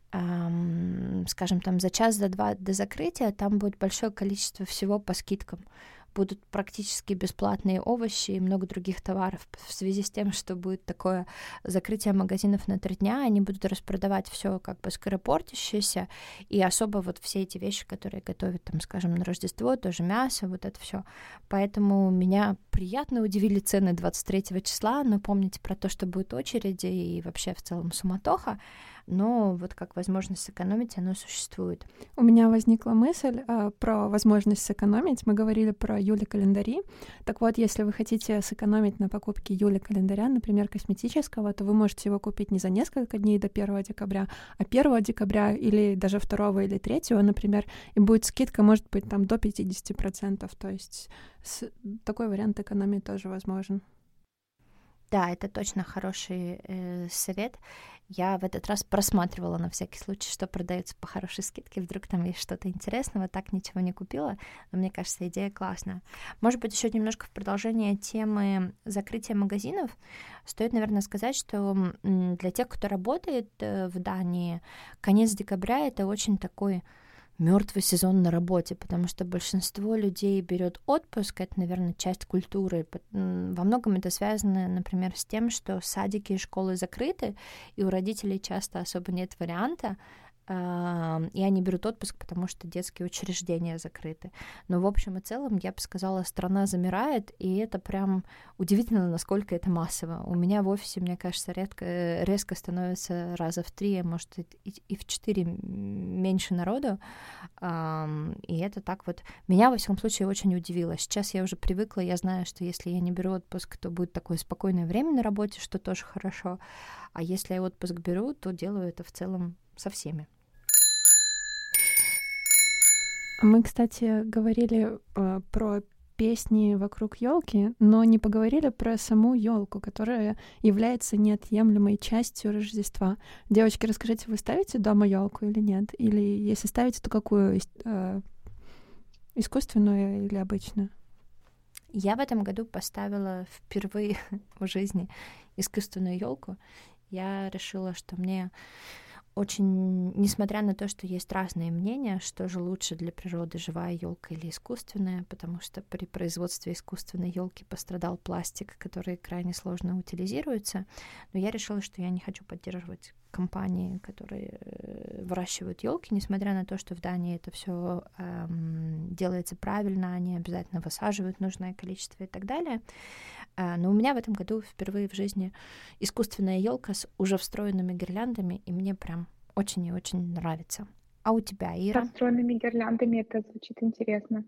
эм, скажем, там за час, за два до закрытия, там будет большое количество всего по скидкам. Будут практически бесплатные овощи и много других товаров. В связи с тем, что будет такое закрытие магазинов на три дня, они будут распродавать все как бы скоропортящееся, и особо вот все эти вещи, которые готовят, там, скажем, на Рождество, тоже мясо, вот это все. Поэтому меня приятно удивили цены двадцать третьего числа, но помните про то, что будет очереди и вообще в целом суматоха, но вот как возможность сэкономить, оно существует. У меня возникла мысль э, про возможность сэкономить. Мы говорили про Юли-календари. Так вот, если вы хотите сэкономить на покупке Юли-календаря, например, косметического, то вы можете его купить не за несколько дней до первого декабря, а первого декабря или даже второго или третьего, например, и будет скидка, может быть, там до пятьдесят процентов. То есть с... такой вариант экономии тоже возможен. Да, это точно хороший э, совет. Я в этот раз просматривала на всякий случай, что продается по хорошей скидке. Вдруг там есть что-то интересного. Так ничего не купила. Но мне кажется, идея классная. Может быть, еще немножко в продолжение темы закрытия магазинов. Стоит, наверное, сказать, что для тех, кто работает в Дании, конец декабря — это очень такой мертвый сезон на работе, потому что большинство людей берет отпуск, это, наверное, часть культуры. Во многом это связано, например, с тем, что садики и школы закрыты, и у родителей часто особо нет варианта, и они берут отпуск, потому что детские учреждения закрыты. Но в общем и целом, я бы сказала, страна замирает, и это прям удивительно, насколько это массово. У меня в офисе, мне кажется, редко, резко становится раза в три, а может и, и в четыре меньше народу, и это так вот меня, во всяком случае, очень удивило. Сейчас я уже привыкла, я знаю, что если я не беру отпуск, то будет такое спокойное время на работе, что тоже хорошо, а если я отпуск беру, то делаю это в целом со всеми. Мы, кстати, говорили э, про песни вокруг елки, но не поговорили про саму елку, которая является неотъемлемой частью Рождества. Девочки, расскажите, вы ставите дома елку или нет? Или если ставите, то какую? Э, искусственную или обычную? Я в этом году поставила впервые в жизни искусственную елку. Я решила, что мне очень, несмотря на то, что есть разные мнения, что же лучше для природы, живая елка или искусственная, потому что при производстве искусственной елки пострадал пластик, который крайне сложно утилизируется, но я решила, что я не хочу поддерживать компании, которые выращивают елки, несмотря на то, что в Дании это все эм, делается правильно, они обязательно высаживают нужное количество и так далее. Э, но у меня в этом году впервые в жизни искусственная елка с уже встроенными гирляндами, и мне прям очень и очень нравится. А у тебя, Со Ира? встроенными гирляндами это звучит интересно.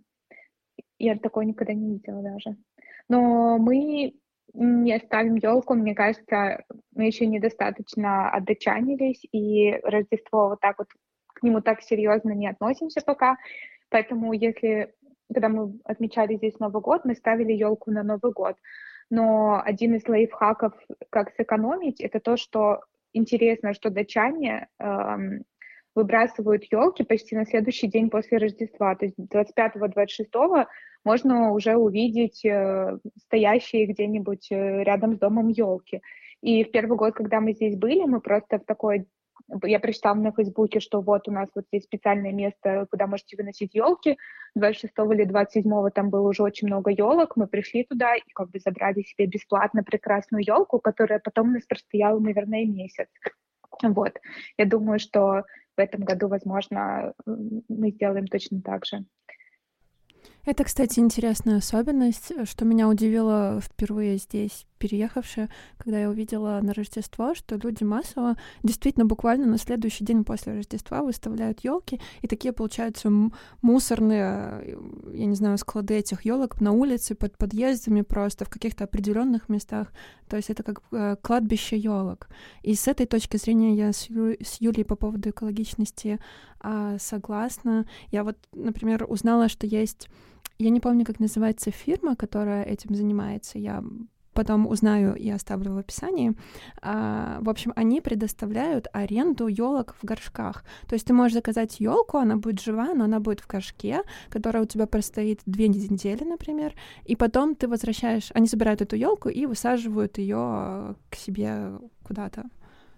Я такое никогда не видела даже. Но мы не ставим елку, мне кажется, мы еще недостаточно отдачанились, и Рождество вот так вот к нему так серьезно не относимся пока. Поэтому если, когда мы отмечали здесь Новый год, мы ставили елку на Новый год. Но один из лайфхаков, как сэкономить, это то, что интересно, что датчане эм, выбрасывают елки почти на следующий день после Рождества. То есть двадцать пятого двадцать шестого можно уже увидеть э, стоящие где-нибудь э, рядом с домом елки. И в первый год, когда мы здесь были, мы просто в такой... Я прочитала на Фейсбуке, что вот у нас вот здесь специальное место, куда можете выносить елки. двадцать шестого или двадцать седьмого там было уже очень много елок. Мы пришли туда и как бы забрали себе бесплатно прекрасную елку, которая потом у нас простояла, наверное, месяц. Вот. Я думаю, что в этом году, возможно, мы сделаем точно так же. Это, кстати, интересная особенность, что меня удивило впервые здесь, переехавшая, когда я увидела на Рождество, что люди массово, действительно, буквально на следующий день после Рождества выставляют елки, и такие получаются мусорные, я не знаю, склады этих елок на улице, под подъездами просто, в каких-то определенных местах. То есть это как кладбище елок. И с этой точки зрения я с, Ю... с Юлей по поводу экологичности а, согласна. Я вот, например, узнала, что есть... Я не помню, как называется фирма, которая этим занимается. Я потом узнаю и оставлю в описании. А, в общем, они предоставляют аренду елок в горшках. То есть ты можешь заказать елку, она будет жива, но она будет в горшке, которая у тебя простоит две недели, например, и потом ты возвращаешь, они собирают эту елку и высаживают ее к себе куда-то.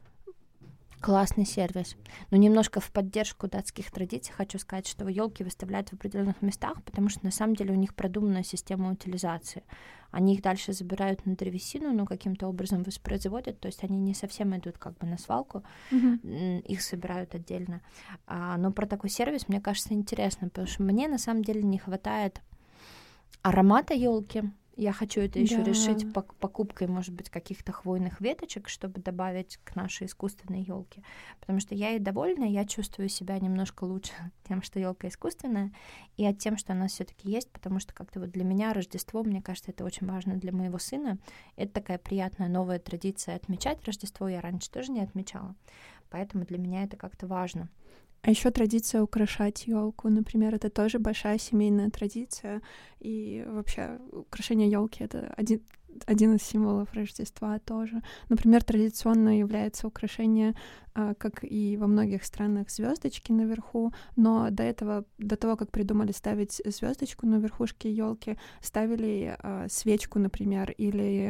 Классный сервис. Но немножко в поддержку датских традиций хочу сказать, что елки выставляют в определенных местах, потому что на самом деле у них продуманная система утилизации. Они их дальше забирают на древесину, но каким-то образом воспроизводят, то есть они не совсем идут как бы на свалку, mm-hmm. их собирают отдельно. А, но про такой сервис, мне кажется, интересно, потому что мне на самом деле не хватает аромата елки. Я хочу это еще да. решить покупкой, может быть, каких-то хвойных веточек, чтобы добавить к нашей искусственной елке. Потому что я ей довольна, я чувствую себя немножко лучше тем, что елка искусственная, и от тем, что она все-таки есть, потому что как-то вот для меня Рождество, мне кажется, это очень важно для моего сына. Это такая приятная новая традиция отмечать Рождество. Я раньше тоже не отмечала, поэтому для меня это как-то важно. А еще традиция украшать елку, например, это тоже большая семейная традиция. И вообще украшение елки это один, один из символов Рождества тоже. Например, традиционно является украшение, как и во многих странах, звездочки наверху, но до этого, до того, как придумали ставить звездочку на верхушке елки, ставили свечку, например, или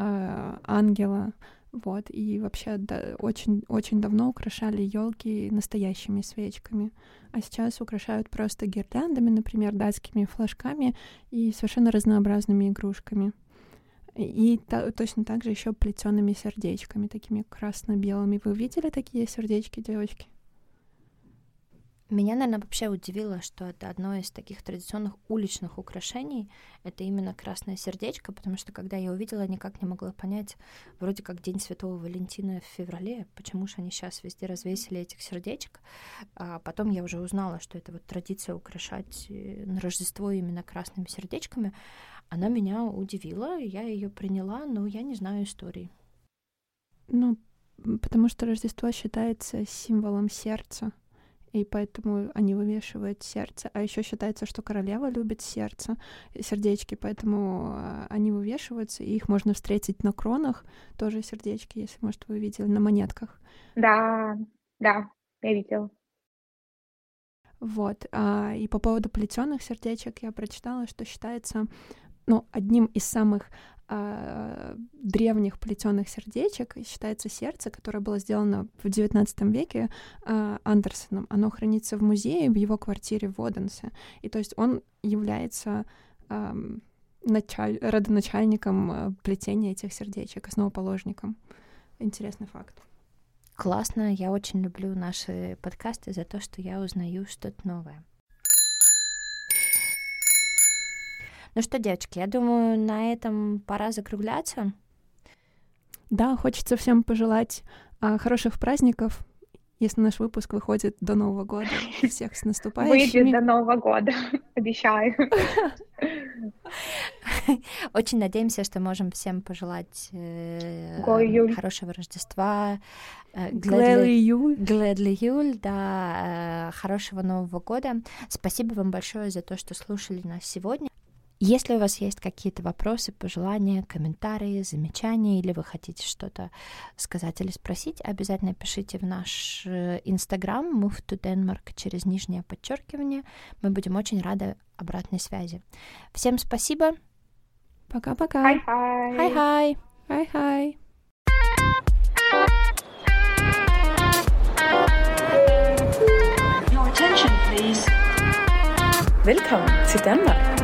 ангела. Вот, и вообще да, очень, очень давно украшали елки настоящими свечками, а сейчас украшают просто гирляндами, например, датскими флажками и совершенно разнообразными игрушками. И та, точно так же еще плетеными сердечками, такими красно-белыми. Вы видели такие сердечки, девочки? Меня, наверное, вообще удивило, что это одно из таких традиционных уличных украшений. Это именно красное сердечко, потому что, когда я увидела, я никак не могла понять, вроде как День Святого Валентина в феврале, почему же они сейчас везде развесили этих сердечек. А потом я уже узнала, что это вот традиция украшать на Рождество именно красными сердечками. Она меня удивила, я ее приняла, но я не знаю истории. Ну, потому что Рождество считается символом сердца. И поэтому они вывешивают сердце. А еще считается, что королева любит сердце, сердечки, поэтому они вывешиваются, и их можно встретить на кронах, тоже сердечки, если, может, вы видели, на монетках. Да, да, я видела. Вот. А, и по поводу плетеных сердечек я прочитала, что считается, ну, одним из самых а, древних плетеных сердечек считается сердце, которое было сделано в девятнадцатом веке а, Андерсоном. Оно хранится в музее в его квартире в Оденсе. И то есть он является а, началь... родоначальником плетения этих сердечек, основоположником. Интересный факт. Классно. Я очень люблю наши подкасты за то, что я узнаю что-то новое. Ну что, девочки, я думаю, на этом пора закругляться. Да, хочется всем пожелать а, хороших праздников если наш выпуск выходит до Нового года. Всех с наступающими. Выйдет до Нового года, обещаю. Очень надеемся, что можем всем пожелать э, хорошего Рождества. Э, Gladly Юль. Gladly Юль, да, э, хорошего Нового года. Спасибо вам большое за то, что слушали нас сегодня. Если у вас есть какие-то вопросы, пожелания, комментарии, замечания, или вы хотите что-то сказать или спросить, обязательно пишите в наш Инстаграм Move to Denmark через нижнее подчеркивание. Мы будем очень рады обратной связи. Всем спасибо. Пока-пока. Хай-хай. Хай-хай. Хай-хай. Your attention, please. Velkommen til Danmark.